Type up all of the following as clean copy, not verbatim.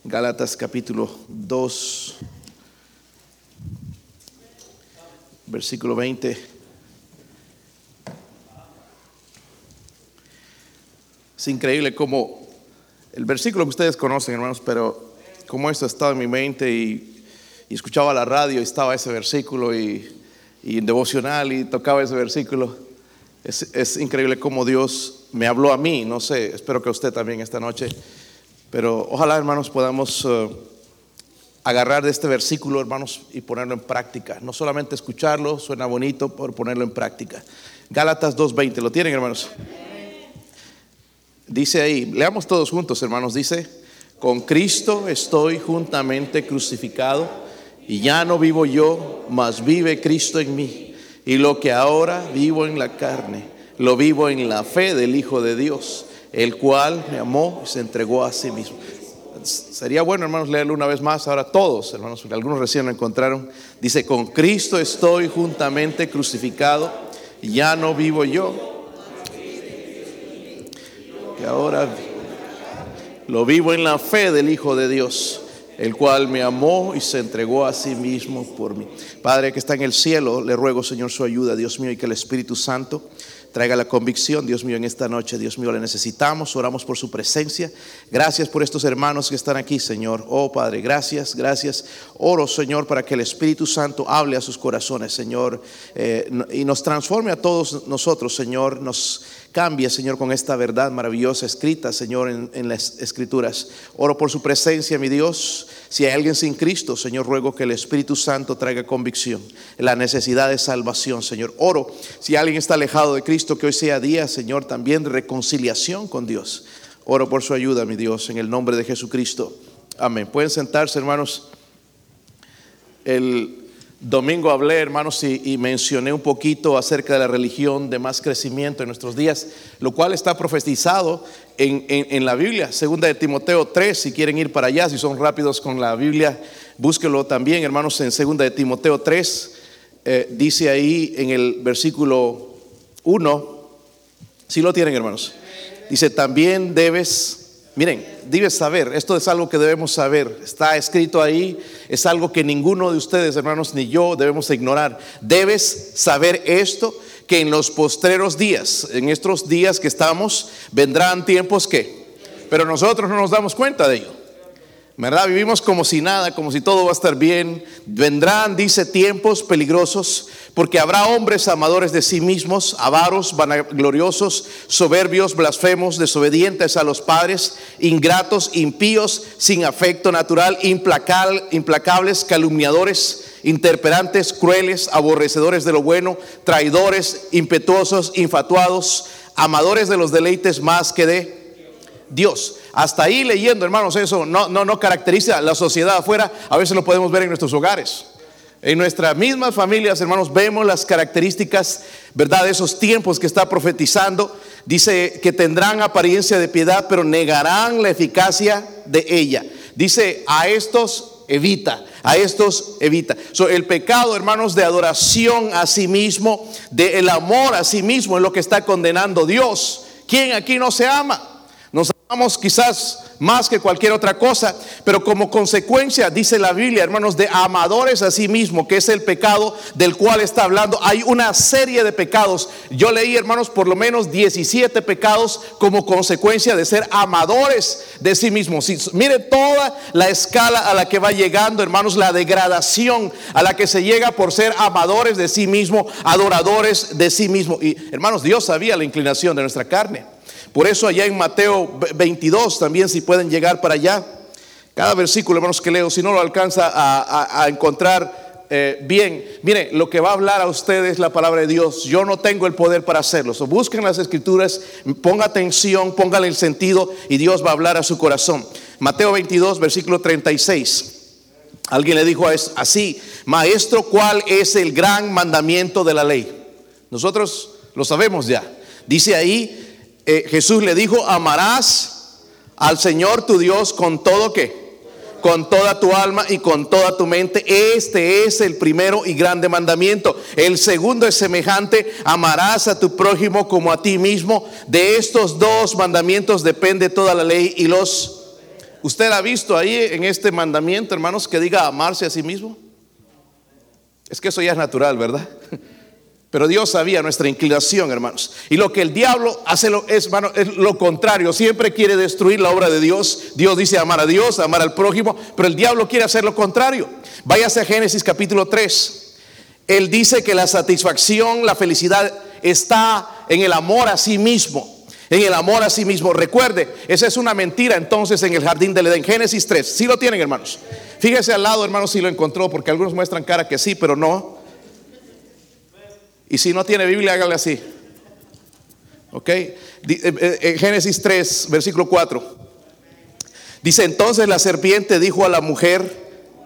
Gálatas capítulo 2, versículo 20. Es increíble como el versículo que ustedes conocen, hermanos, pero como esto estaba en mi mente y escuchaba la radio y estaba ese versículo y en devocional y tocaba ese versículo. Es increíble cómo Dios me habló a mí, no sé, espero que a usted también esta noche. Pero ojalá, hermanos, podamos agarrar de este versículo, hermanos, y ponerlo en práctica. No solamente escucharlo, suena bonito, pero ponerlo en práctica. Gálatas 2:20, ¿lo tienen, hermanos? Dice ahí, leamos todos juntos, hermanos. Dice: con Cristo estoy juntamente crucificado, y ya no vivo yo, mas vive Cristo en mí. Y lo que ahora vivo en la carne, lo vivo en la fe del Hijo de Dios, el cual me amó y se entregó a sí mismo. Sería bueno, hermanos, leerlo una vez más. Ahora todos, hermanos, porque algunos recién lo encontraron. Dice: con Cristo estoy juntamente crucificado, y ya no vivo yo, que ahora lo vivo en la fe del Hijo de Dios, el cual me amó y se entregó a sí mismo por mí. Padre que está en el cielo, le ruego, Señor, su ayuda, Dios mío, y que el Espíritu Santo traiga la convicción, Dios mío, en esta noche. Dios mío, le necesitamos, oramos por su presencia. Gracias por estos hermanos que están aquí, Señor. Oh Padre, gracias. Oro, Señor, para que el Espíritu Santo hable a sus corazones, Señor, y nos transforme a todos nosotros, Señor. Nos cambie, Señor, con esta verdad maravillosa escrita, Señor, en las Escrituras. Oro por su presencia, mi Dios. Si hay alguien sin Cristo, Señor, ruego que el Espíritu Santo traiga convicción en la necesidad de salvación, Señor. Oro, si alguien está alejado de Cristo, que hoy sea día, Señor, también de reconciliación con Dios. Oro por su ayuda, mi Dios, en el nombre de Jesucristo. Amén. Pueden sentarse, hermanos. El domingo hablé, hermanos, y mencioné un poquito acerca de la religión de más crecimiento en nuestros días, lo cual está profetizado en la Biblia. Segunda de Timoteo 3, si quieren ir para allá, si son rápidos con la Biblia, búsquelo también, hermanos, en Segunda de Timoteo 3. Dice ahí en el versículo 1, si lo tienen, hermanos, dice: también debes saber. Esto es algo que debemos saber, está escrito ahí, es algo que ninguno de ustedes, hermanos, ni yo debemos ignorar. Debes saber esto, que en los postreros días, en estos días que estamos, vendrán tiempos pero nosotros no nos damos cuenta de ello, ¿verdad? Vivimos como si nada, como si todo va a estar bien. Vendrán, dice, tiempos peligrosos, porque habrá hombres amadores de sí mismos, avaros, vanagloriosos, soberbios, blasfemos, desobedientes a los padres, ingratos, impíos, sin afecto natural, implacables, calumniadores, intemperantes, crueles, aborrecedores de lo bueno, traidores, impetuosos, infatuados, amadores de los deleites más que de Dios. Hasta ahí leyendo, hermanos, eso no caracteriza la sociedad afuera. A veces lo podemos ver en nuestros hogares, en nuestras mismas familias, hermanos. Vemos las características, ¿verdad?, de esos tiempos que está profetizando. Dice que tendrán apariencia de piedad, pero negarán la eficacia de ella. Dice: a estos evita. El pecado, hermanos, de adoración a sí mismo, de el amor a sí mismo, es lo que está condenando Dios. ¿Quién aquí no se ama? Nos amamos quizás más que cualquier otra cosa, pero como consecuencia, dice la Biblia, hermanos, de amadores a sí mismo, que es el pecado del cual está hablando. Hay una serie de pecados. Yo leí, hermanos, por lo menos 17 pecados como consecuencia de ser amadores de sí mismos. Mire toda la escala a la que va llegando, hermanos, la degradación a la que se llega por ser amadores de sí mismo, adoradores de sí mismo. Y, hermanos, Dios sabía la inclinación de nuestra carne. Por eso allá en Mateo 22 también, si pueden llegar para allá, cada versículo, hermanos, que leo, si no lo alcanza a encontrar bien, mire, lo que va a hablar a ustedes la palabra de Dios. Yo no tengo el poder para hacerlo. Busquen las Escrituras, ponga atención, póngale el sentido, y Dios va a hablar a su corazón. Mateo 22, versículo 36. Alguien le dijo así: maestro, ¿cuál es el gran mandamiento de la ley? Nosotros lo sabemos ya. Dice ahí, Jesús le dijo: amarás al Señor tu Dios con todo con toda tu alma y con toda tu mente. Este es el primero y grande mandamiento. El segundo es semejante: amarás a tu prójimo como a ti mismo. De estos dos mandamientos depende toda la ley y los ¿Usted ha visto ahí en este mandamiento, hermanos, que diga amarse a sí mismo? Es que eso ya es natural, ¿verdad? Pero Dios sabía nuestra inclinación, hermanos. Y lo que el diablo hace es lo contrario. Siempre quiere destruir la obra de Dios. Dios dice amar a Dios, amar al prójimo, pero el diablo quiere hacer lo contrario. Váyase a Génesis capítulo 3. Él dice que la satisfacción, la felicidad está en el amor a sí mismo. En el amor a sí mismo. Recuerde, esa es una mentira entonces en el jardín del Edén. Génesis 3. ¿Sí lo tienen, hermanos? Fíjese al lado, hermanos, si lo encontró, porque algunos muestran cara que sí, pero no. Y si no tiene Biblia, hágale así. Ok. Génesis 3, versículo 4. Dice: entonces la serpiente dijo a la mujer: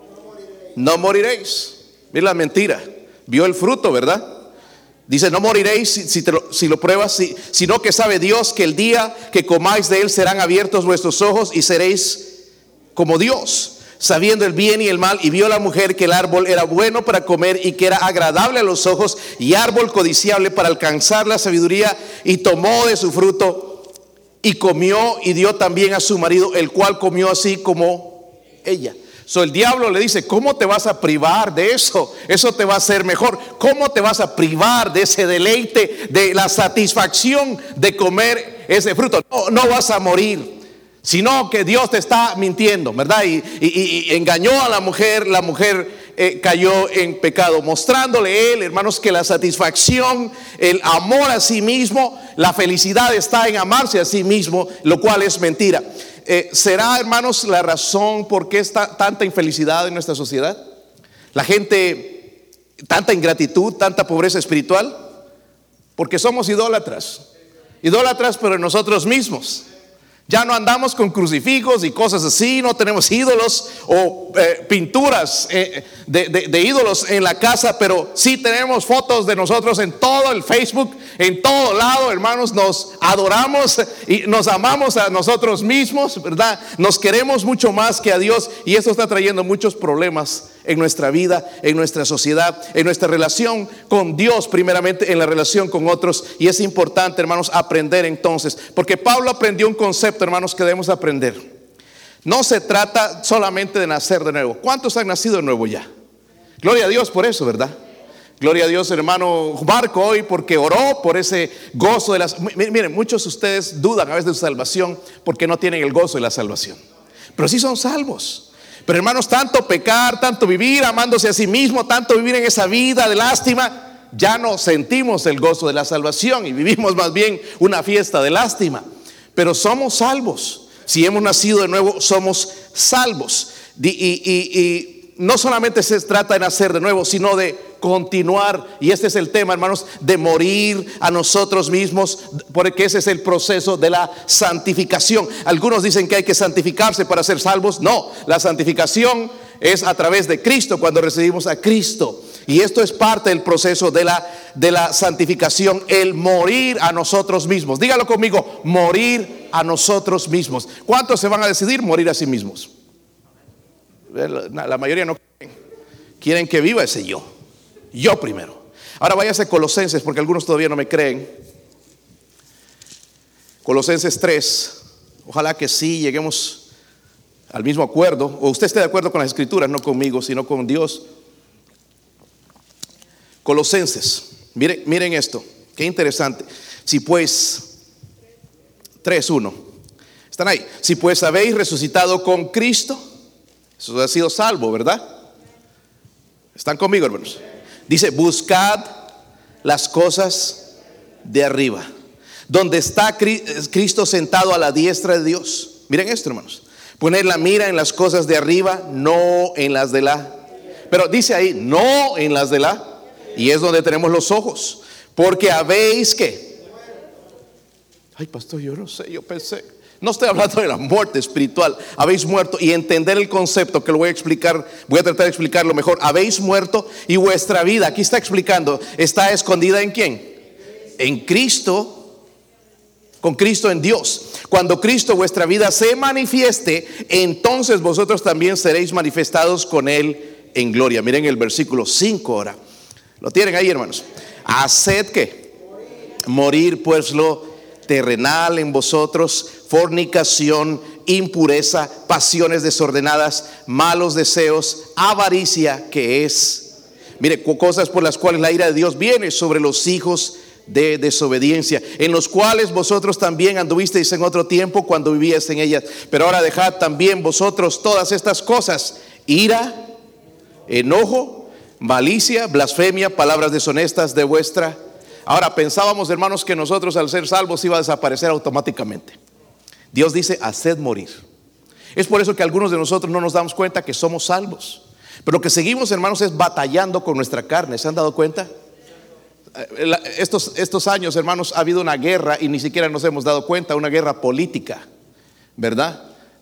no moriréis. Mira la mentira. Vio el fruto, ¿verdad? Dice: no moriréis si lo pruebas, sino que sabe Dios que el día que comáis de él serán abiertos vuestros ojos y seréis como Dios, sabiendo el bien y el mal. Y vio la mujer que el árbol era bueno para comer y que era agradable a los ojos y árbol codiciable para alcanzar la sabiduría, y tomó de su fruto y comió y dio también a su marido, el cual comió así como ella. El diablo le dice: ¿cómo te vas a privar de eso? Eso te va a hacer mejor. ¿Cómo te vas a privar de ese deleite, de la satisfacción de comer ese fruto? No vas a morir, sino que Dios te está mintiendo, ¿verdad? Y engañó a la mujer. La mujer cayó en pecado, mostrándole él, hermanos, que la satisfacción, el amor a sí mismo, la felicidad está en amarse a sí mismo, lo cual es mentira. ¿Será, hermanos, la razón por qué está tanta infelicidad en nuestra sociedad? La gente, tanta ingratitud, tanta pobreza espiritual, porque somos idólatras, pero en nosotros mismos. Ya no andamos con crucifijos y cosas así, no tenemos ídolos o pinturas de ídolos en la casa, pero sí tenemos fotos de nosotros en todo el Facebook, en todo lado, hermanos. Nos adoramos y nos amamos a nosotros mismos, ¿verdad? Nos queremos mucho más que a Dios, y eso está trayendo muchos problemas en nuestra vida, en nuestra sociedad, en nuestra relación con Dios, primeramente en la relación con otros. Y es importante, hermanos, aprender entonces, porque Pablo aprendió un concepto, hermanos, que debemos aprender. No se trata solamente de nacer de nuevo. ¿Cuántos han nacido de nuevo ya? Gloria a Dios por eso, ¿verdad? Gloria a Dios, hermano Marco, hoy, porque oró por ese gozo de las... Miren, muchos de ustedes dudan a veces de su salvación porque no tienen el gozo de la salvación, pero sí son salvos. Pero, hermanos, tanto pecar, tanto vivir amándose a sí mismo, tanto vivir en esa vida de lástima, ya no sentimos el gozo de la salvación y vivimos más bien una fiesta de lástima. Pero somos salvos. Si hemos nacido de nuevo, somos salvos. Y no solamente se trata de nacer de nuevo, sino de continuar. Y este es el tema, hermanos, de morir a nosotros mismos, porque ese es el proceso de la santificación. Algunos dicen que hay que santificarse para ser salvos. No, la santificación es a través de Cristo, cuando recibimos a Cristo. Y esto es parte del proceso de la santificación, el morir a nosotros mismos. Dígalo conmigo: morir a nosotros mismos. ¿Cuántos se van a decidir morir a sí mismos? La mayoría no quieren que viva ese yo primero. Ahora váyase a Colosenses, porque algunos todavía no me creen. Colosenses 3. Ojalá que sí lleguemos al mismo acuerdo, o usted esté de acuerdo con las escrituras, no conmigo, sino con Dios. Colosenses, miren esto, qué interesante. Si pues, 3:1, están ahí. Si pues habéis resucitado con Cristo, eso ha sido salvo, ¿verdad? ¿Están conmigo, hermanos? Dice: buscad las cosas de arriba, donde está Cristo sentado a la diestra de Dios. Miren esto, hermanos: poner la mira en las cosas de arriba, no en las de la. Pero dice ahí, no en las de la. Y es donde tenemos los ojos. Porque habéis que. Ay, pastor, yo no sé, yo pensé. No estoy hablando de la muerte espiritual. Habéis muerto, y entender el concepto que lo voy a explicar. Voy a tratar de explicarlo mejor. Habéis muerto y vuestra vida, aquí está explicando, está escondida ¿en quién? En Cristo. Con Cristo en Dios. Cuando Cristo, vuestra vida, se manifieste, entonces vosotros también seréis manifestados con Él en gloria. Miren el versículo 5 ahora. Lo tienen ahí, hermanos. Haced que morir pues lo terrenal en vosotros, fornicación, impureza, pasiones desordenadas, malos deseos, avaricia, que es, mire, cosas por las cuales la ira de Dios viene sobre los hijos de desobediencia, en los cuales vosotros también anduvisteis en otro tiempo cuando vivíais en ellas. Pero ahora dejad también vosotros todas estas cosas: ira, enojo, malicia, blasfemia, palabras deshonestas de vuestra. Ahora pensábamos, hermanos, que nosotros al ser salvos iba a desaparecer automáticamente. Dios dice: haced morir. Es por eso que algunos de nosotros no nos damos cuenta que somos salvos, pero lo que seguimos, hermanos, es batallando con nuestra carne. ¿Se han dado cuenta? Estos años, hermanos, ha habido una guerra y ni siquiera nos hemos dado cuenta, una guerra política, ¿verdad?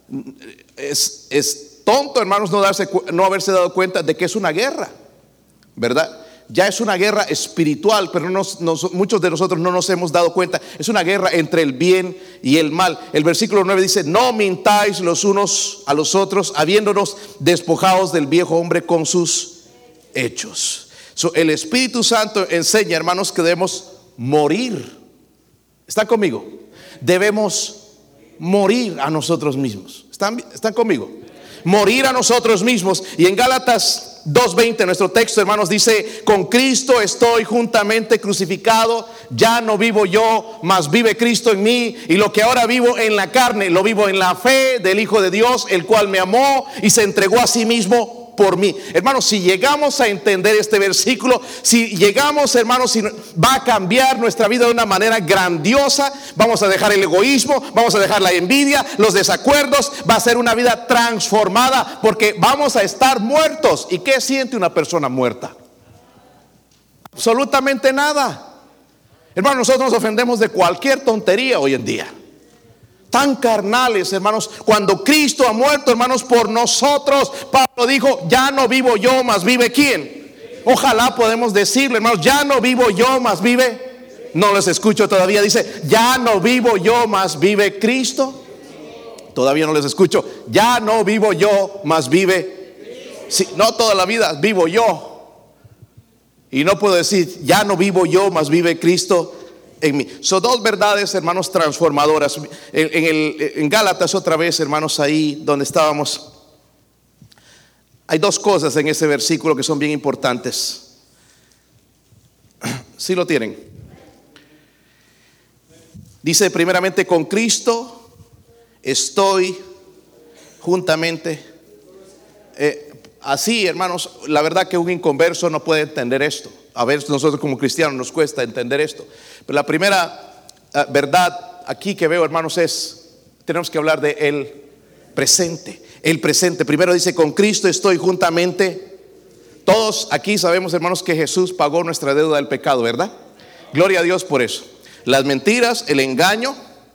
Es tonto, hermanos, no haberse dado cuenta de que es una guerra, ¿verdad? Ya es una guerra espiritual, pero muchos de nosotros no nos hemos dado cuenta. Es una guerra entre el bien y el mal. El versículo 9 dice: no mintáis los unos a los otros, habiéndonos despojados del viejo hombre con sus hechos. El Espíritu Santo enseña, hermanos, que debemos morir. ¿Están conmigo? Debemos morir a nosotros mismos. ¿Están conmigo? Morir a nosotros mismos. Y en Gálatas 2:20, nuestro texto, hermanos, dice: con Cristo estoy juntamente crucificado, ya no vivo yo, mas vive Cristo en mí, y lo que ahora vivo en la carne, lo vivo en la fe del Hijo de Dios, el cual me amó y se entregó a sí mismo por mí. Hermanos, si llegamos a entender este versículo, si llegamos, hermanos, va a cambiar nuestra vida de una manera grandiosa. Vamos a dejar el egoísmo, vamos a dejar la envidia, los desacuerdos. Va a ser una vida transformada, porque vamos a estar muertos. ¿Y qué siente una persona muerta? Absolutamente nada. Hermanos, nosotros nos ofendemos de cualquier tontería hoy en día. Tan carnales, hermanos. Cuando Cristo ha muerto, hermanos, por nosotros, Pablo dijo: ya no vivo yo, mas vive ¿quién? Ojalá podemos decirle, hermanos: ya no vivo yo, mas vive. No les escucho todavía. Dice: ya no vivo yo, mas vive Cristo. Todavía no les escucho. Ya no vivo yo, mas vive. Sí, no toda la vida vivo yo. Y no puedo decir: ya no vivo yo, mas vive Cristo en mí. Son dos verdades, hermanos, transformadoras. En Gálatas, otra vez, hermanos, ahí donde estábamos, hay dos cosas en ese versículo que son bien importantes. ¿Sí lo tienen? Dice primeramente: con Cristo estoy juntamente. Así, hermanos, la verdad que un inconverso no puede entender esto. A veces nosotros como cristianos nos cuesta entender esto. Pero la primera verdad aquí que veo, hermanos, tenemos que hablar de el presente. El presente. Primero dice: con Cristo estoy juntamente. Todos aquí sabemos, hermanos, que Jesús pagó nuestra deuda del pecado, ¿verdad? Gloria a Dios por eso. Las mentiras, el engaño,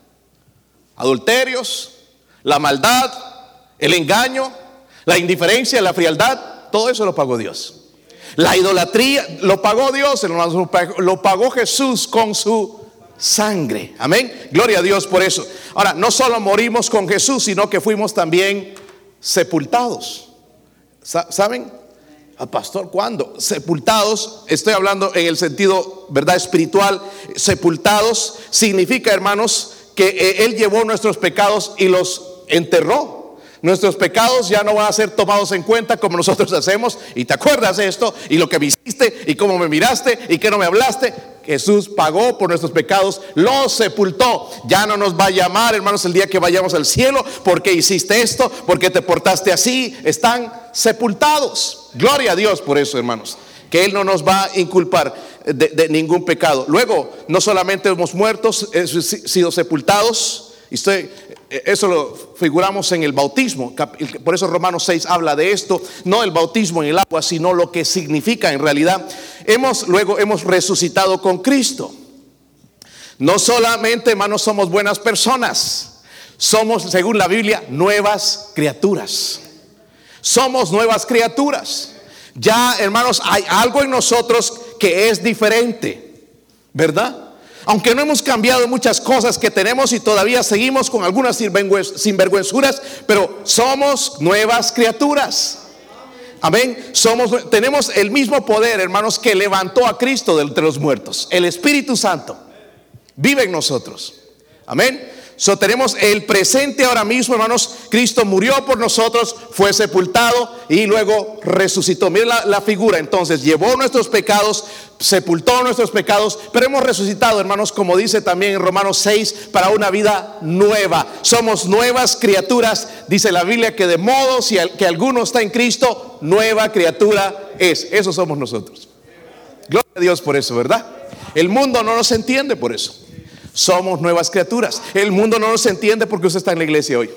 adulterios, la maldad, el engaño, la indiferencia, la frialdad, todo eso lo pagó Dios. La idolatría lo pagó Dios, hermanos, lo pagó Jesús con su sangre. Amén. Gloria a Dios por eso. Ahora, no solo morimos con Jesús, sino que fuimos también sepultados. ¿Saben? Pastor, ¿cuándo? Sepultados, estoy hablando en el sentido, ¿verdad?, espiritual. Sepultados significa, hermanos, que Él llevó nuestros pecados y los enterró. Nuestros pecados ya no van a ser tomados en cuenta como nosotros hacemos. Y te acuerdas de esto, y lo que me hiciste, y cómo me miraste, y que no me hablaste. Jesús pagó por nuestros pecados, los sepultó. Ya no nos va a llamar, hermanos, el día que vayamos al cielo: ¿por qué hiciste esto? ¿Por qué te portaste así? Están sepultados. Gloria a Dios por eso, hermanos, que Él no nos va a inculpar de ningún pecado. Luego, no solamente hemos muerto, sido sepultados. Eso lo figuramos en el bautismo. Por eso Romanos 6 habla de esto. No el bautismo en el agua, sino lo que significa en realidad. Luego hemos resucitado con Cristo. No solamente, hermanos, somos buenas personas. Somos, según la Biblia, nuevas criaturas. Somos nuevas criaturas. Ya, hermanos, hay algo en nosotros que es diferente, ¿verdad? Aunque no hemos cambiado muchas cosas que tenemos y todavía seguimos con algunas sinvergüenzuras, pero somos nuevas criaturas. Amén. Tenemos el mismo poder, hermanos, que levantó a Cristo de entre los muertos. El Espíritu Santo vive en nosotros. Amén. So, tenemos el presente ahora mismo, hermanos. Cristo murió por nosotros, fue sepultado y luego resucitó. Miren la figura. Entonces llevó nuestros pecados, sepultó nuestros pecados, pero hemos resucitado, hermanos, como dice también en Romanos 6, para una vida nueva. Somos nuevas criaturas. Dice la Biblia que de modo si que alguno está en Cristo, nueva criatura es. Eso somos nosotros. Gloria a Dios por eso, ¿verdad? El mundo no nos entiende por eso. Somos nuevas criaturas. El mundo no nos entiende porque usted está en la iglesia hoy.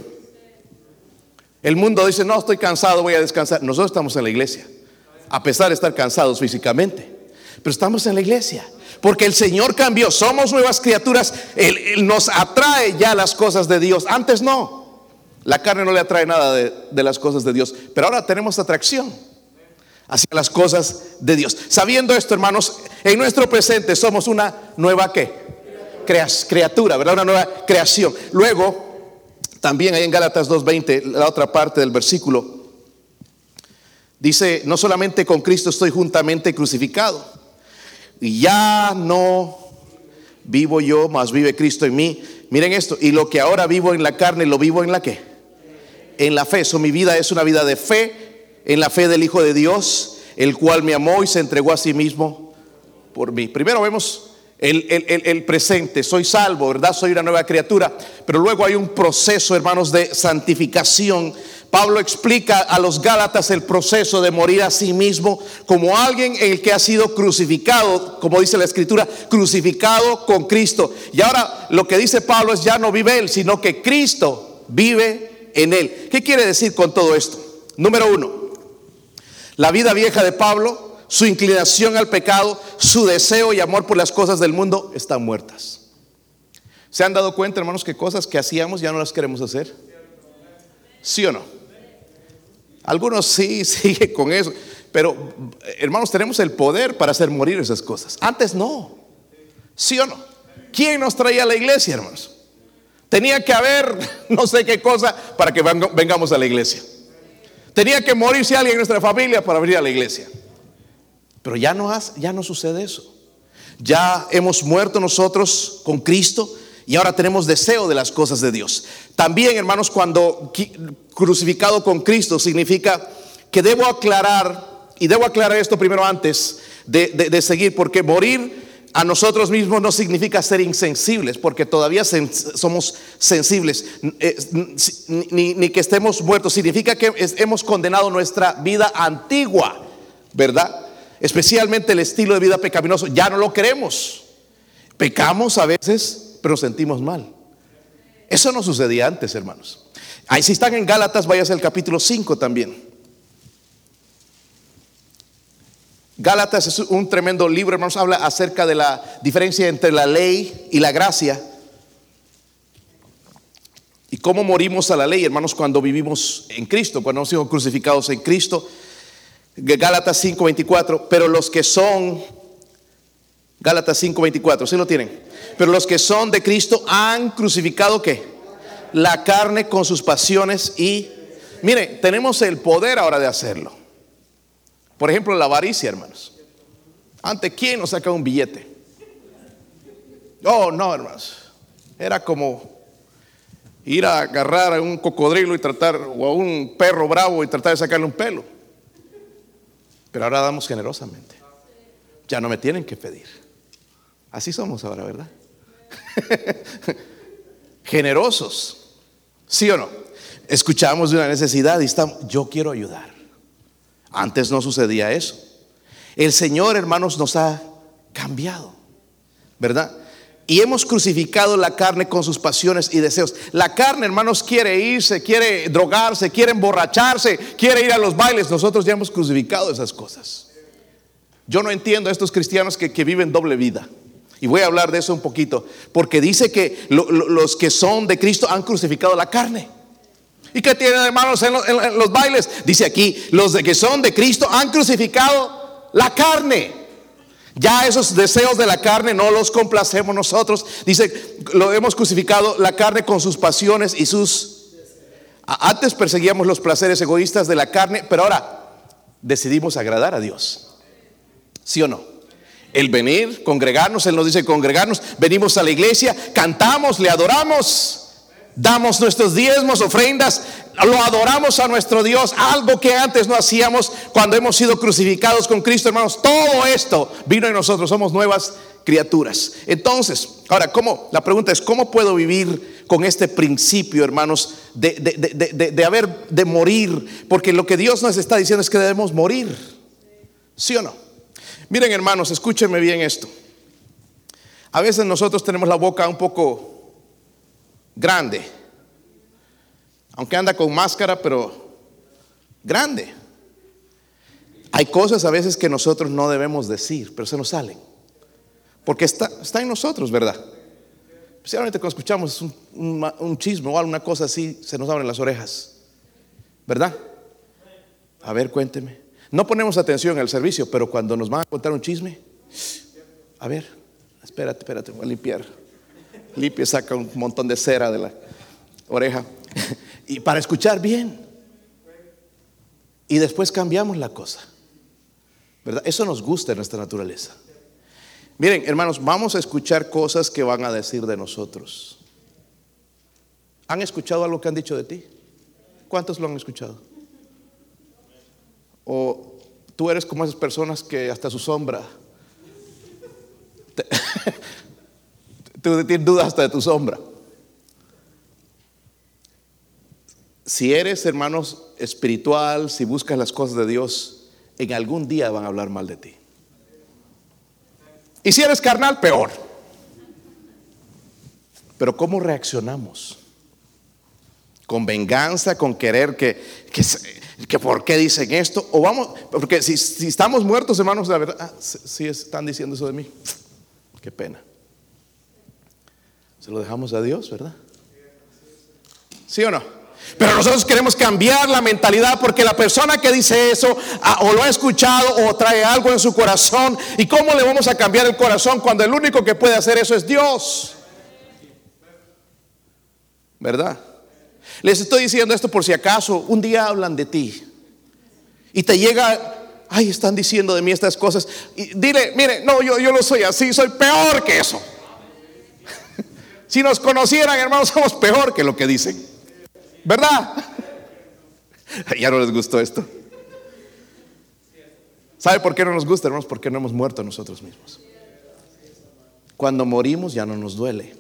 El mundo dice: no, estoy cansado, voy a descansar. Nosotros estamos en la iglesia, a pesar de estar cansados físicamente, pero estamos en la iglesia porque el Señor cambió. Somos nuevas criaturas. Él nos atrae ya las cosas de Dios. Antes no. La carne no le atrae nada de las cosas de Dios, pero ahora tenemos atracción hacia las cosas de Dios. Sabiendo esto, hermanos, en nuestro presente somos una nueva ¿qué? Criatura, ¿verdad? Una nueva creación. Luego, también ahí en Gálatas 2:20, la otra parte del versículo, dice: no solamente con Cristo estoy juntamente crucificado, y ya no vivo yo, mas vive Cristo en mí. Miren esto: y lo que ahora vivo en la carne, lo vivo en la ¿qué? En la fe. So, mi vida es una vida de fe, en la fe del Hijo de Dios, el cual me amó y se entregó a sí mismo por mí. Primero vemos el presente. Soy salvo, ¿verdad? Soy una nueva criatura. Pero luego hay un proceso, hermanos, de santificación. Pablo explica a los Gálatas el proceso de morir a sí mismo como alguien en el que ha sido crucificado, como dice la Escritura, crucificado con Cristo. Y ahora lo que dice Pablo es: ya no vive él, sino que Cristo vive en él. ¿Qué quiere decir con todo esto? Número uno, la vida vieja de Pablo, su inclinación al pecado, su deseo y amor por las cosas del mundo están muertas. ¿Se han dado cuenta, hermanos, que cosas que hacíamos ya no las queremos hacer? ¿Sí o no? Algunos sí siguen con eso, pero hermanos, tenemos el poder para hacer morir esas cosas. Antes no. ¿Sí o no? ¿Quién nos traía a la iglesia, hermanos? Tenía que haber no sé qué cosa para que vengamos a la iglesia. Tenía que morirse alguien en nuestra familia para venir a la iglesia. Pero ya no sucede eso. Ya hemos muerto nosotros con Cristo y ahora tenemos deseo de las cosas de Dios. También, hermanos, cuando crucificado con Cristo significa que debo aclarar esto primero antes de seguir, porque morir a nosotros mismos no significa ser insensibles, porque todavía somos sensibles, ni que estemos muertos. Significa que hemos condenado nuestra vida antigua, ¿verdad? Especialmente el estilo de vida pecaminoso. Ya no lo queremos. Pecamos a veces, pero nos sentimos mal. Eso no sucedía antes, hermanos. Ahí, si están en Gálatas, váyase al capítulo 5 también. Gálatas es un tremendo libro, hermanos. Habla acerca de la diferencia entre la ley y la gracia, y cómo morimos a la ley, hermanos, cuando vivimos en Cristo, cuando hemos sido crucificados en Cristo. Gálatas 5:24. Pero los que son, Gálatas 5:24, ¿sí lo tienen? Pero los que son de Cristo han crucificado ¿qué? La carne con sus pasiones y... Mire, tenemos el poder ahora de hacerlo. Por ejemplo, la avaricia, hermanos. ¿Ante quién nos saca un billete? Oh, no, hermanos. Era como ir a agarrar a un cocodrilo y tratar, o a un perro bravo y tratar de sacarle un pelo. Pero ahora damos generosamente. Ya no me tienen que pedir. Así somos ahora, ¿verdad? Generosos. ¿Sí o no? Escuchamos de una necesidad y estamos: yo quiero ayudar. Antes no sucedía eso. El Señor, hermanos, nos ha cambiado, ¿verdad? Y hemos crucificado la carne con sus pasiones y deseos. La carne, hermanos, quiere irse, quiere drogarse, quiere emborracharse, quiere ir a los bailes. Nosotros ya hemos crucificado esas cosas. Yo no entiendo a estos cristianos que viven doble vida. Y voy a hablar de eso un poquito, porque dice que los que son de Cristo han crucificado la carne. ¿Y qué tienen, hermanos, en los bailes? Dice aquí: los que son de Cristo han crucificado la carne. Ya esos deseos de la carne no los complacemos nosotros. Dice: lo hemos crucificado la carne con sus pasiones y sus... Antes perseguíamos los placeres egoístas de la carne, pero ahora decidimos agradar a Dios. ¿Sí o no? El venir, congregarnos, Él nos dice congregarnos. Venimos a la iglesia, cantamos, le adoramos, Damos nuestros diezmos, ofrendas, lo adoramos a nuestro Dios, algo que antes no hacíamos cuando hemos sido crucificados con Cristo, hermanos. Todo esto vino en nosotros, somos nuevas criaturas. Entonces, ahora, la pregunta es, ¿cómo puedo vivir con este principio, hermanos, de morir? Porque lo que Dios nos está diciendo es que debemos morir, ¿sí o no? Miren, hermanos, escúchenme bien esto. A veces nosotros tenemos la boca un poco grande, aunque anda con máscara, pero grande. Hay cosas a veces que nosotros no debemos decir, pero se nos salen, porque está en nosotros, ¿verdad? Especialmente cuando escuchamos un chisme o alguna cosa así, se nos abren las orejas, ¿verdad? A ver, cuénteme. No ponemos atención al servicio, pero cuando nos van a contar un chisme, a ver, espérate, voy a limpiar. Limpia, saca un montón de cera de la oreja y para escuchar bien, y después cambiamos la cosa, ¿verdad? Eso nos gusta en nuestra naturaleza. Miren, hermanos, vamos a escuchar cosas que van a decir de nosotros. ¿Han escuchado algo que han dicho de ti? ¿Cuántos lo han escuchado? O tú eres como esas personas que hasta su sombra tú tienes dudas hasta de tu sombra. Si eres, hermanos, espiritual, si buscas las cosas de Dios, en algún día van a hablar mal de ti. Y si eres carnal, peor. Pero ¿cómo reaccionamos? ¿Con venganza? ¿Con querer que por qué dicen esto? O vamos, porque si estamos muertos, hermanos, la verdad, sí están diciendo eso de mí. Qué pena. Se lo dejamos a Dios, ¿verdad? ¿Sí o no? Pero nosotros queremos cambiar la mentalidad, porque la persona que dice eso o lo ha escuchado o trae algo en su corazón. ¿Y cómo le vamos a cambiar el corazón cuando el único que puede hacer eso es Dios? ¿Verdad? Les estoy diciendo esto por si acaso un día hablan de ti y te llega, ay, están diciendo de mí estas cosas, y dile, mire, no, yo no soy así, soy peor que eso. Si nos conocieran, hermanos, somos peor que lo que dicen, ¿verdad? Ya no les gustó esto. ¿Sabe por qué no nos gusta, hermanos? Porque no hemos muerto nosotros mismos. Cuando morimos ya no nos duele.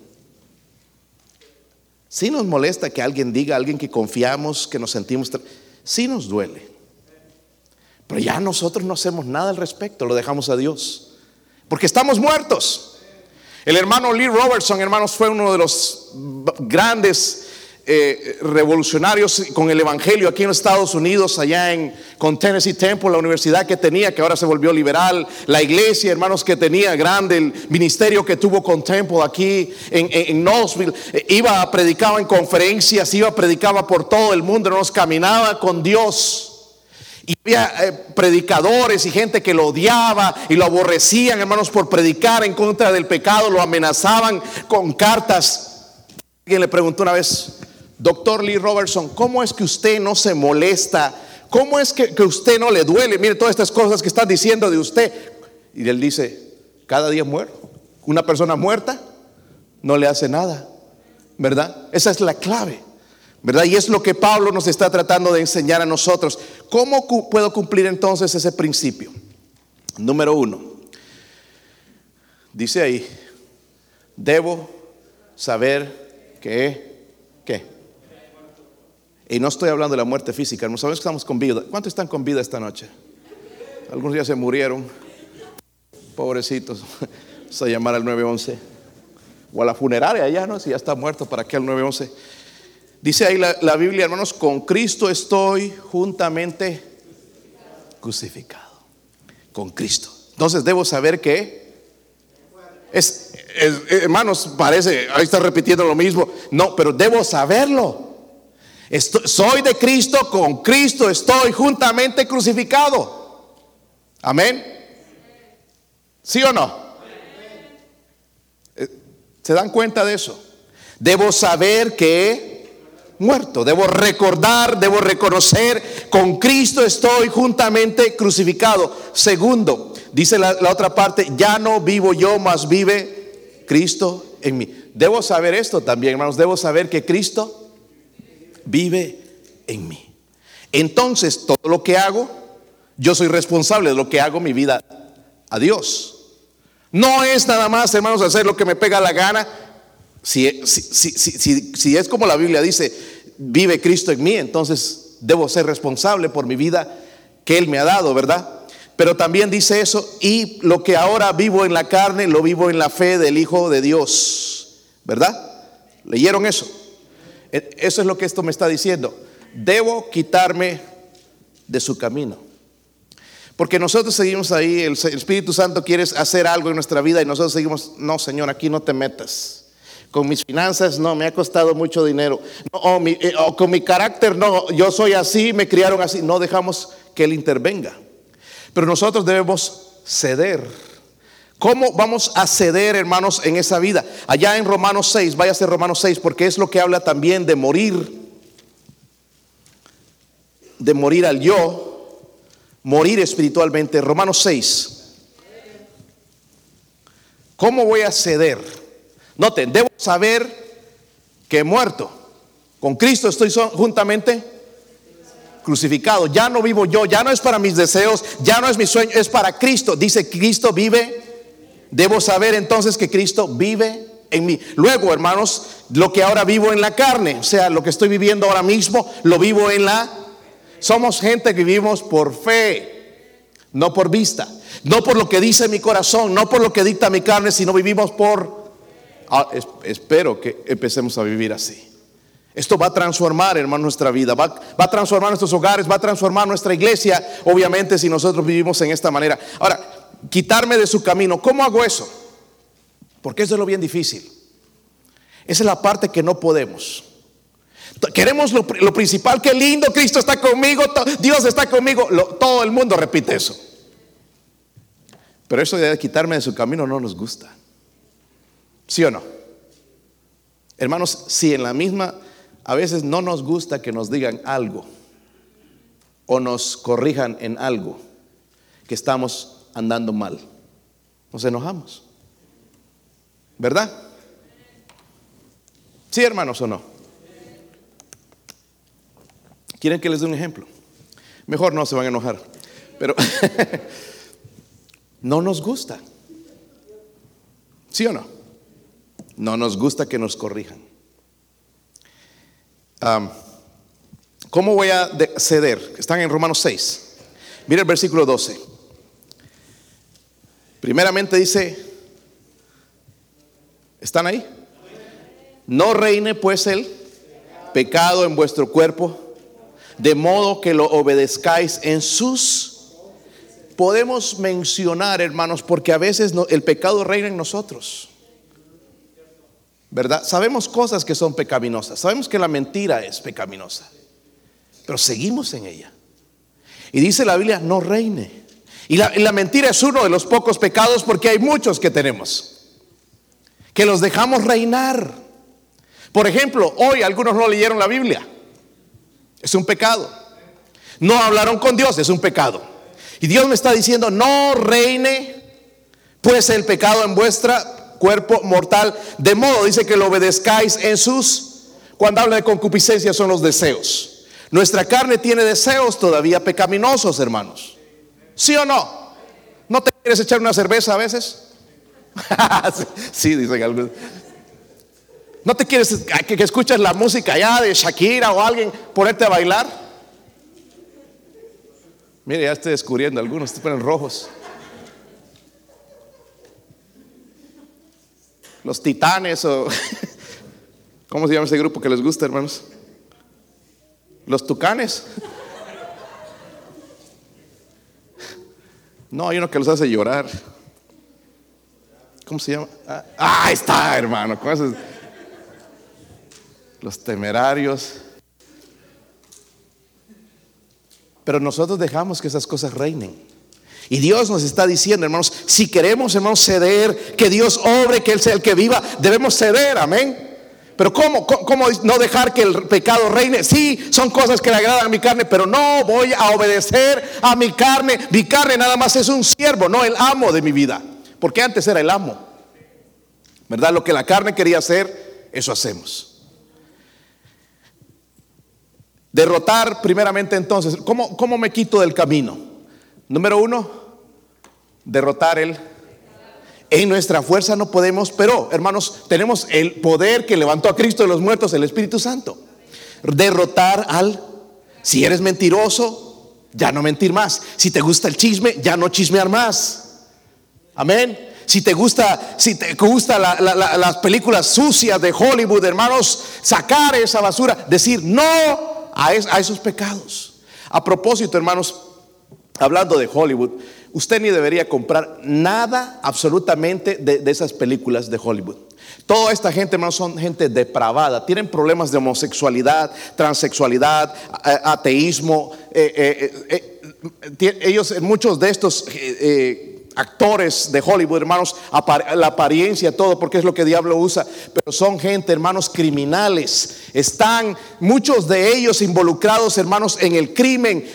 Sí nos molesta que alguien diga, alguien que confiamos, que nos sentimos, sí nos duele. Pero ya nosotros no hacemos nada al respecto, lo dejamos a Dios, porque estamos muertos. El hermano Lee Robertson, hermanos, fue uno de los grandes revolucionarios con el evangelio aquí en los Estados Unidos, allá con Tennessee Temple, la universidad que tenía, que ahora se volvió liberal, la iglesia, hermanos, que tenía grande, el ministerio que tuvo con Temple aquí en Knoxville. Predicaba en conferencias, predicaba por todo el mundo, hermanos, caminaba con Dios. Y había predicadores y gente que lo odiaba y lo aborrecían, hermanos, por predicar en contra del pecado, lo amenazaban con cartas. Alguien le preguntó una vez, doctor Lee Robertson, ¿cómo es que usted no se molesta? ¿Cómo es que usted no le duele? Mire todas estas cosas que están diciendo de usted. Y él dice, cada día muero. Una persona muerta no le hace nada, ¿verdad? Esa es la clave, ¿verdad? Y es lo que Pablo nos está tratando de enseñar a nosotros. ¿Cómo puedo cumplir entonces ese principio? Número 1, dice ahí, debo saber ¿qué? Y no estoy hablando de la muerte física, no sabemos que estamos con vida. ¿Cuántos están con vida esta noche? Algunos ya se murieron, pobrecitos. Vamos a llamar al 911 o a la funeraria allá, ¿no? Si ya está muerto, ¿para qué al 911? Dice ahí la Biblia, hermanos, con Cristo estoy juntamente crucificado. Con Cristo. Entonces debo saber que hermanos, parece, ahí está repitiendo lo mismo. No, pero debo saberlo. Soy de Cristo, con Cristo estoy juntamente crucificado. Amén. ¿Sí o no? ¿Se dan cuenta de eso? Debo saber que muerto, debo recordar, debo reconocer, con Cristo estoy juntamente crucificado. Segundo, dice la otra parte, ya no vivo yo, mas vive Cristo en mí. debo saber esto también, hermanos. Debo saber que Cristo vive en mí. Entonces, todo lo que hago, yo soy responsable de lo que hago mi vida a Dios. No es nada más, hermanos, hacer lo que me pega la gana. Si es como la Biblia dice, vive Cristo en mí, entonces debo ser responsable por mi vida que Él me ha dado, ¿verdad? Pero también dice eso, y lo que ahora vivo en la carne, lo vivo en la fe del Hijo de Dios, ¿verdad? ¿Leyeron eso? Eso es lo que esto me está diciendo. Debo quitarme de su camino. Porque nosotros seguimos ahí, el Espíritu Santo quiere hacer algo en nuestra vida y nosotros seguimos, no, Señor, aquí no te metas. Con mis finanzas no, me ha costado mucho dinero. No, o con mi carácter no, yo soy así, me criaron así. No dejamos que Él intervenga. Pero nosotros debemos ceder. ¿Cómo vamos a ceder, hermanos, en esa vida? Allá en Romanos 6, váyase a Romanos 6, porque es lo que habla también de morir al yo. Morir espiritualmente. Romanos 6. ¿Cómo voy a ceder? Noten, debo saber que he muerto. Con Cristo estoy juntamente crucificado. Ya no vivo yo, ya no es para mis deseos, ya no es mi sueño, es para Cristo. Dice, Cristo vive. Debo saber entonces que Cristo vive en mí. Luego, hermanos, lo que ahora vivo en la carne, o sea, lo que estoy viviendo ahora mismo, lo vivo en la... Somos gente que vivimos por fe, no por vista, no por lo que dice mi corazón, no por lo que dicta mi carne, sino vivimos por... espero que empecemos a vivir así. Esto va a transformar, hermano, nuestra vida, va a transformar nuestros hogares, va a transformar nuestra iglesia, obviamente, si nosotros vivimos en esta manera. Ahora, quitarme de su camino, ¿cómo hago eso? Porque eso es lo bien difícil. Esa es la parte que no podemos. Queremos lo principal, qué lindo, Cristo está conmigo, Dios está conmigo. Todo el mundo repite eso. Pero eso de quitarme de su camino no nos gusta. ¿Sí o no? Hermanos, si en la misma, a veces no nos gusta que nos digan algo o nos corrijan en algo que estamos andando mal, nos enojamos, ¿verdad? ¿Sí, hermanos, o no? ¿Quieren que les dé un ejemplo? Mejor no, se van a enojar. Pero no nos gusta. ¿Sí o no? No nos gusta que nos corrijan. ¿Cómo voy a ceder? Están en Romanos 6. Mira el versículo 12. Primeramente dice, ¿están ahí? No reine pues el pecado en vuestro cuerpo, de modo que lo obedezcáis en sus... Podemos mencionar, hermanos, porque a veces el pecado reina en nosotros, ¿verdad? Sabemos cosas que son pecaminosas, sabemos que la mentira es pecaminosa, pero seguimos en ella. Y dice la Biblia, no reine. Y la mentira es uno de los pocos pecados, porque hay muchos que tenemos, que los dejamos reinar. Por ejemplo, hoy algunos no leyeron la Biblia. Es un pecado. No hablaron con Dios, es un pecado. Y Dios me está diciendo, no reine pues el pecado en vuestro cuerpo mortal, de modo, dice, que lo obedezcáis en sus... Cuando habla de concupiscencia son los deseos. Nuestra carne tiene deseos todavía pecaminosos, hermanos. ¿Sí o no? ¿No te quieres echar una cerveza a veces? Sí, dicen algunos. ¿No te quieres que escuches la música ya de Shakira o alguien ponerte a bailar? Mire, ya estoy descubriendo, algunos se ponen rojos. Los Titanes o... ¿Cómo se llama ese grupo que les gusta, hermanos? Los Tucanes. No, hay uno que los hace llorar. ¿Cómo se llama? Ahí está, hermano. ¿Cómo es? Los Temerarios. Pero nosotros dejamos que esas cosas reinen. Y Dios nos está diciendo, hermanos, si queremos, hermanos, ceder, que Dios obre, que Él sea el que viva, debemos ceder, amén. Pero ¿cómo no dejar que el pecado reine? Sí, son cosas que le agradan a mi carne, pero no voy a obedecer a mi carne. Mi carne nada más es un siervo, no el amo de mi vida. Porque antes era el amo. ¿verdad? Lo que la carne quería hacer, eso hacemos. Derrotar primeramente entonces, ¿cómo me quito del camino? Número 1, derrotar en nuestra fuerza no podemos, pero hermanos, tenemos el poder que levantó a Cristo de los muertos, el Espíritu Santo. Derrotar si eres mentiroso, ya no mentir más. Si te gusta el chisme, ya no chismear más. Amén. Si te gusta las películas sucias de Hollywood, hermanos, sacar esa basura, decir no a esos pecados. A propósito, hermanos, hablando de Hollywood, usted ni debería comprar nada absolutamente de esas películas de Hollywood. Toda esta gente, hermanos, son gente depravada. Tienen problemas de homosexualidad, transexualidad, ateísmo. Ellos, muchos de estos actores de Hollywood, hermanos, la apariencia, todo, porque es lo que el diablo usa, pero son gente, hermanos, criminales. Están muchos de ellos involucrados, hermanos, en el crimen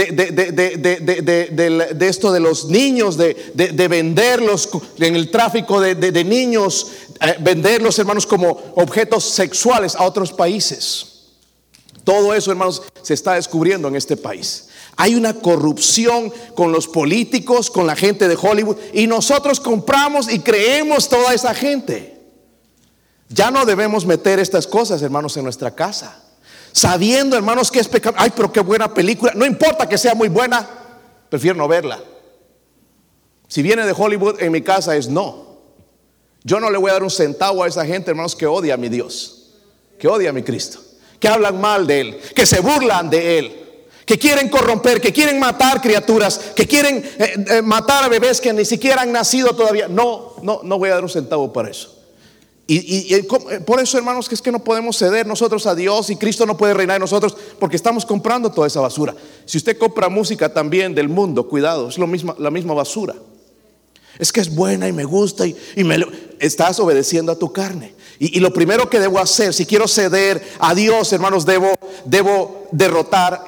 de esto de los niños, de venderlos, en el tráfico de niños, venderlos, hermanos, como objetos sexuales a otros países. Todo eso, hermanos, se está descubriendo en este país. Hay una corrupción con los políticos, con la gente de Hollywood, y nosotros compramos y creemos toda esa gente. Ya no debemos meter estas cosas, hermanos, en nuestra casa, sabiendo, hermanos, que es pecado. Ay, pero qué buena película. No importa que sea muy buena, prefiero no verla. Si viene de Hollywood, en mi casa es no. Yo no le voy a dar un centavo a esa gente, hermanos, que odia a mi Dios, que odia a mi Cristo, que hablan mal de Él, que se burlan de Él, que quieren corromper, que quieren matar criaturas, que quieren matar a bebés que ni siquiera han nacido todavía. No voy a dar un centavo para eso. Y por eso, hermanos, que es que no podemos ceder nosotros a Dios, y Cristo no puede reinar en nosotros, porque estamos comprando toda esa basura. Si usted compra música también del mundo, cuidado, es la misma basura. Es que es buena y me gusta estás obedeciendo a tu carne. Y lo primero que debo hacer, si quiero ceder a Dios, hermanos, debo derrotar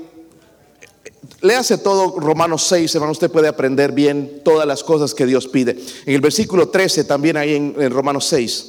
léase todo Romanos 6, hermano. Usted puede aprender bien todas las cosas que Dios pide. En el versículo 13, también ahí en Romanos 6.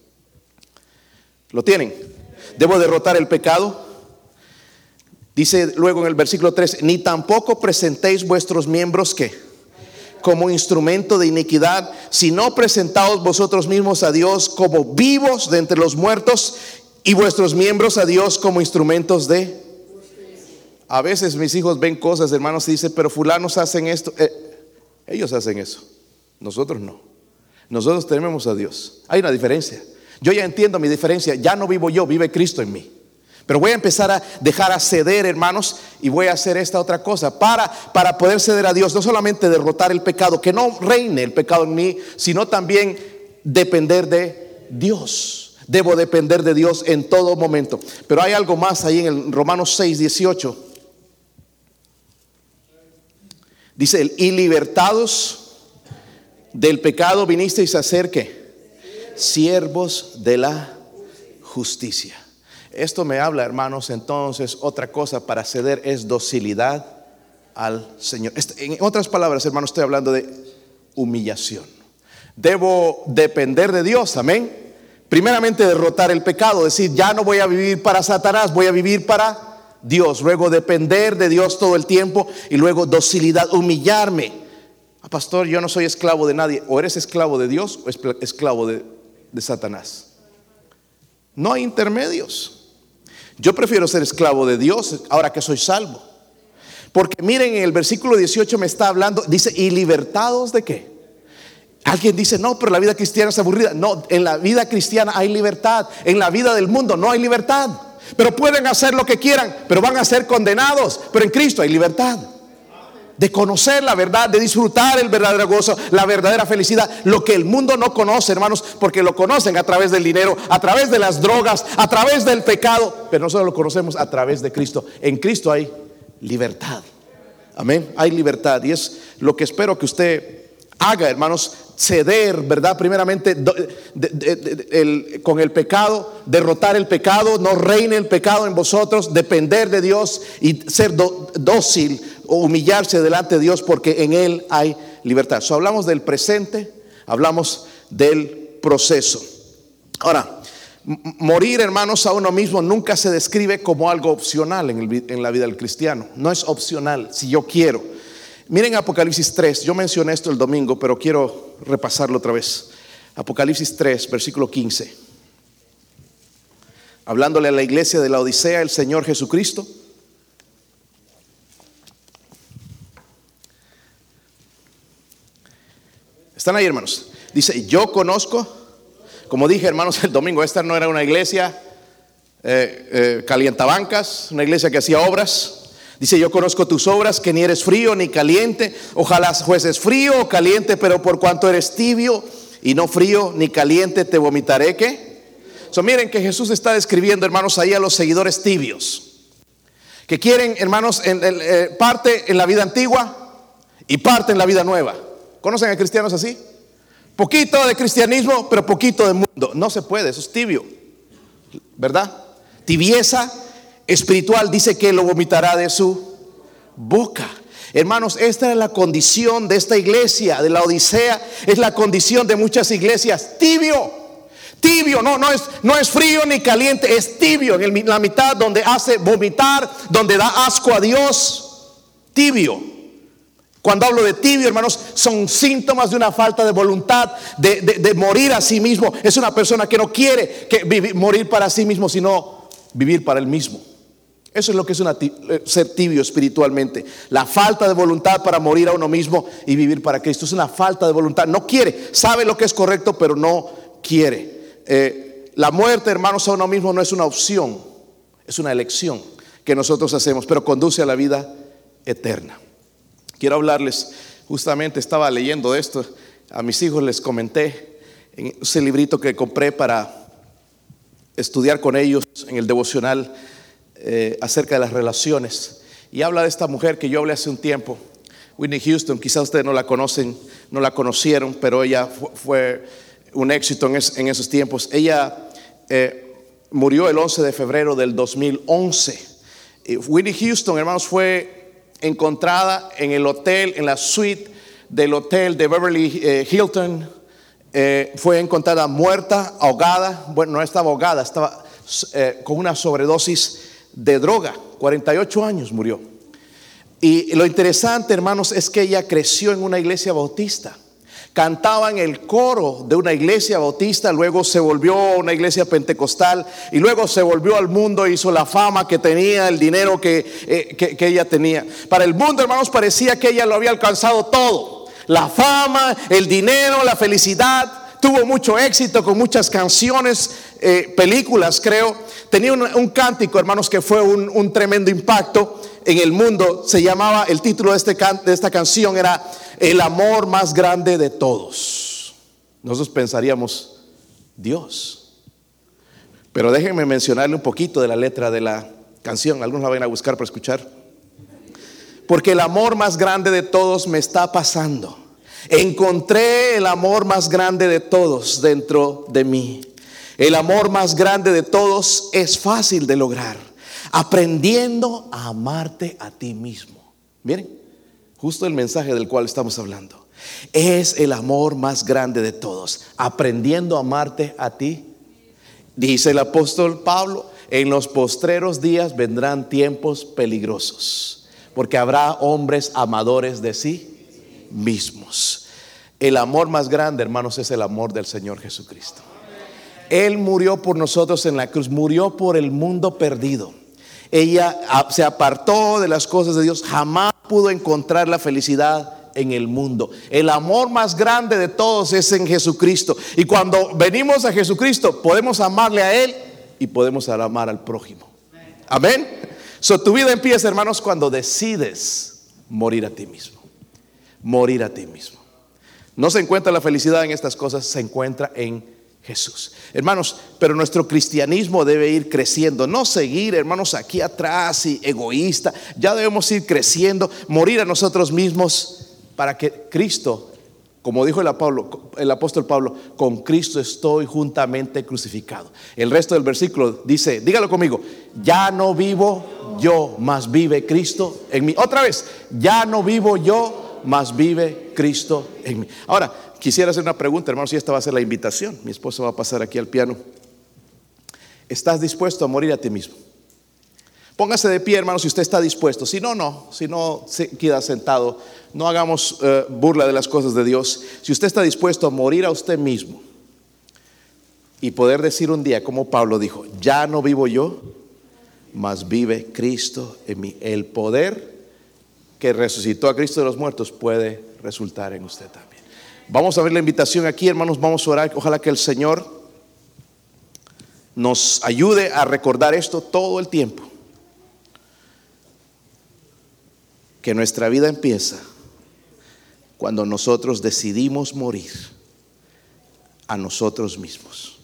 ¿Lo tienen? Debo derrotar el pecado. Dice luego en el versículo 13: ni tampoco presentéis vuestros miembros como instrumento de iniquidad, sino presentaos vosotros mismos a Dios como vivos de entre los muertos, y vuestros miembros a Dios como instrumentos de. A veces mis hijos ven cosas, hermanos, y dicen, pero fulanos hacen esto. Ellos hacen eso, nosotros no. Nosotros tememos a Dios. Hay una diferencia. Yo ya entiendo mi diferencia. Ya no vivo yo, vive Cristo en mí. Pero voy a empezar a dejar a ceder, hermanos, y voy a hacer esta otra cosa para poder ceder a Dios. No solamente derrotar el pecado, que no reine el pecado en mí, sino también depender de Dios. Debo depender de Dios en todo momento. Pero hay algo más ahí en el Romanos 6, 18. Dice: y libertados del pecado vinisteis a ser siervos de la justicia. Esto me habla, hermanos, entonces otra cosa para ceder es docilidad al Señor. En otras palabras, hermanos, estoy hablando de humillación. Debo depender de Dios, amén. Primeramente derrotar el pecado, decir, ya no voy a vivir para Satanás, voy a vivir para Dios. Luego depender de Dios todo el tiempo, y luego docilidad, humillarme. Pastor, yo no soy esclavo de nadie. O eres esclavo de Dios o esclavo de Satanás. No hay intermedios. Yo prefiero ser esclavo de Dios ahora que soy salvo. Porque miren, en el versículo 18 me está hablando, dice, ¿y libertados de qué? Alguien dice, no, pero la vida cristiana es aburrida. No, en la vida cristiana hay libertad. En la vida del mundo no hay libertad. Pero pueden hacer lo que quieran, pero van a ser condenados. Pero en Cristo hay libertad de conocer la verdad, de disfrutar el verdadero gozo, la verdadera felicidad. Lo que el mundo no conoce, hermanos, porque lo conocen a través del dinero, a través de las drogas, a través del pecado. Pero nosotros lo conocemos a través de Cristo. En Cristo hay libertad. Amén, hay libertad. Y es lo que espero que usted haga, hermanos. Ceder, ¿verdad? Primeramente con el pecado, derrotar el pecado, no reine el pecado en vosotros, depender de Dios y ser dócil o humillarse delante de Dios, porque en Él hay libertad. Hablamos del presente, hablamos del proceso. Ahora, morir, hermanos, a uno mismo nunca se describe como algo opcional en la vida del cristiano. No es opcional, si yo quiero. Miren Apocalipsis 3, yo mencioné esto el domingo, pero quiero repasarlo otra vez. Apocalipsis 3, versículo 15. Hablándole a la iglesia de la Odisea, el Señor Jesucristo. ¿Están ahí, hermanos? Dice, yo conozco, como dije, hermanos, el domingo, esta no era una iglesia calientabancas, una iglesia que hacía obras. Dice, yo conozco tus obras, que ni eres frío ni caliente. Ojalá fueses frío o caliente, pero por cuanto eres tibio y no frío ni caliente, te vomitaré. ¿Qué? Miren que Jesús está describiendo, hermanos, ahí a los seguidores tibios, que quieren, hermanos, parte en la vida antigua y parte en la vida nueva. ¿Conocen a cristianos así? Poquito de cristianismo, pero poquito de mundo. No se puede, eso es tibio, ¿verdad? Tibieza espiritual, dice que lo vomitará de su boca. Hermanos, esta es la condición de esta iglesia, de la Odisea. Es la condición de muchas iglesias. Tibio, no es frío ni caliente, es tibio, en la mitad donde hace vomitar, donde da asco a Dios. Tibio. Cuando hablo de tibio, hermanos, son síntomas de una falta de voluntad, de morir a sí mismo. Es una persona que no quiere morir para sí mismo, sino vivir para él mismo. Eso es lo que es ser tibio espiritualmente. La falta de voluntad para morir a uno mismo y vivir para Cristo. Es una falta de voluntad. No quiere, sabe lo que es correcto, pero no quiere. La muerte, hermanos, a uno mismo no es una opción, es una elección que nosotros hacemos, pero conduce a la vida eterna. Quiero hablarles, justamente estaba leyendo esto, a mis hijos les comenté en ese librito que compré para estudiar con ellos en el devocional acerca de las relaciones, y habla de esta mujer que yo hablé hace un tiempo, Whitney Houston. Quizás ustedes no la conocen, no la conocieron, pero ella fue un éxito en esos tiempos. Ella murió el 11 de febrero del 2011. Whitney Houston, hermanos, fue encontrada en el hotel, en la suite del hotel de Beverly Hilton. Fue encontrada muerta, ahogada. Bueno, no estaba ahogada, estaba con una sobredosis de droga. 48 años murió. Y lo interesante, hermanos, es que ella creció en una iglesia bautista. Cantaba en el coro de una iglesia bautista, luego se volvió una iglesia pentecostal y luego se volvió al mundo, hizo la fama que tenía, el dinero que ella tenía. Para el mundo, hermanos, parecía que ella lo había alcanzado todo: la fama, el dinero, la felicidad. Tuvo mucho éxito con muchas canciones, películas, creo. Tenía un cántico, hermanos, que fue un tremendo impacto en el mundo. Se llamaba, el título de esta canción era El amor más grande de todos. Nosotros pensaríamos, Dios. Pero déjenme mencionarle un poquito de la letra de la canción. Algunos la van a buscar para escuchar. Porque el amor más grande de todos me está pasando. Encontré el amor más grande de todos dentro de mí. El amor más grande de todos es fácil de lograr, aprendiendo a amarte a ti mismo. Miren, justo el mensaje del cual estamos hablando. Es el amor más grande de todos, aprendiendo a amarte a ti. Dice el apóstol Pablo, en los postreros días vendrán tiempos peligrosos, porque habrá hombres amadores de sí mismos. El amor más grande, hermanos, es el amor del Señor Jesucristo. Él murió por nosotros en la cruz, murió por el mundo perdido. Ella se apartó de las cosas de Dios, jamás pudo encontrar la felicidad en el mundo. El amor más grande de todos es en Jesucristo. Y cuando venimos a Jesucristo, podemos amarle a Él y podemos amar al prójimo. Amén. Tu vida empieza, hermanos, cuando decides morir a ti mismo. Morir a ti mismo. No se encuentra la felicidad en estas cosas, se encuentra en Jesús, hermanos. Pero nuestro cristianismo debe ir creciendo, no seguir, hermanos, aquí atrás y egoísta. Ya debemos ir creciendo, morir a nosotros mismos para que Cristo, como dijo el apóstol Pablo, con Cristo estoy juntamente crucificado. El resto del versículo dice, dígalo conmigo: ya no vivo yo, mas vive Cristo en mí. Otra vez, ya no vivo yo, mas vive Cristo en mí. Ahora, quisiera hacer una pregunta, hermanos, y esta va a ser la invitación. Mi esposa va a pasar aquí al piano. ¿Estás dispuesto a morir a ti mismo? Póngase de pie, hermanos, si usted está dispuesto. Si no, no. Si no, se queda sentado. No hagamos burla de las cosas de Dios. Si usted está dispuesto a morir a usted mismo y poder decir un día, como Pablo dijo, ya no vivo yo, mas vive Cristo en mí. El poder que resucitó a Cristo de los muertos puede resultar en usted también. Vamos a ver la invitación aquí, hermanos. Vamos a orar. Ojalá que el Señor nos ayude a recordar esto todo el tiempo. Que nuestra vida empieza cuando nosotros decidimos morir a nosotros mismos.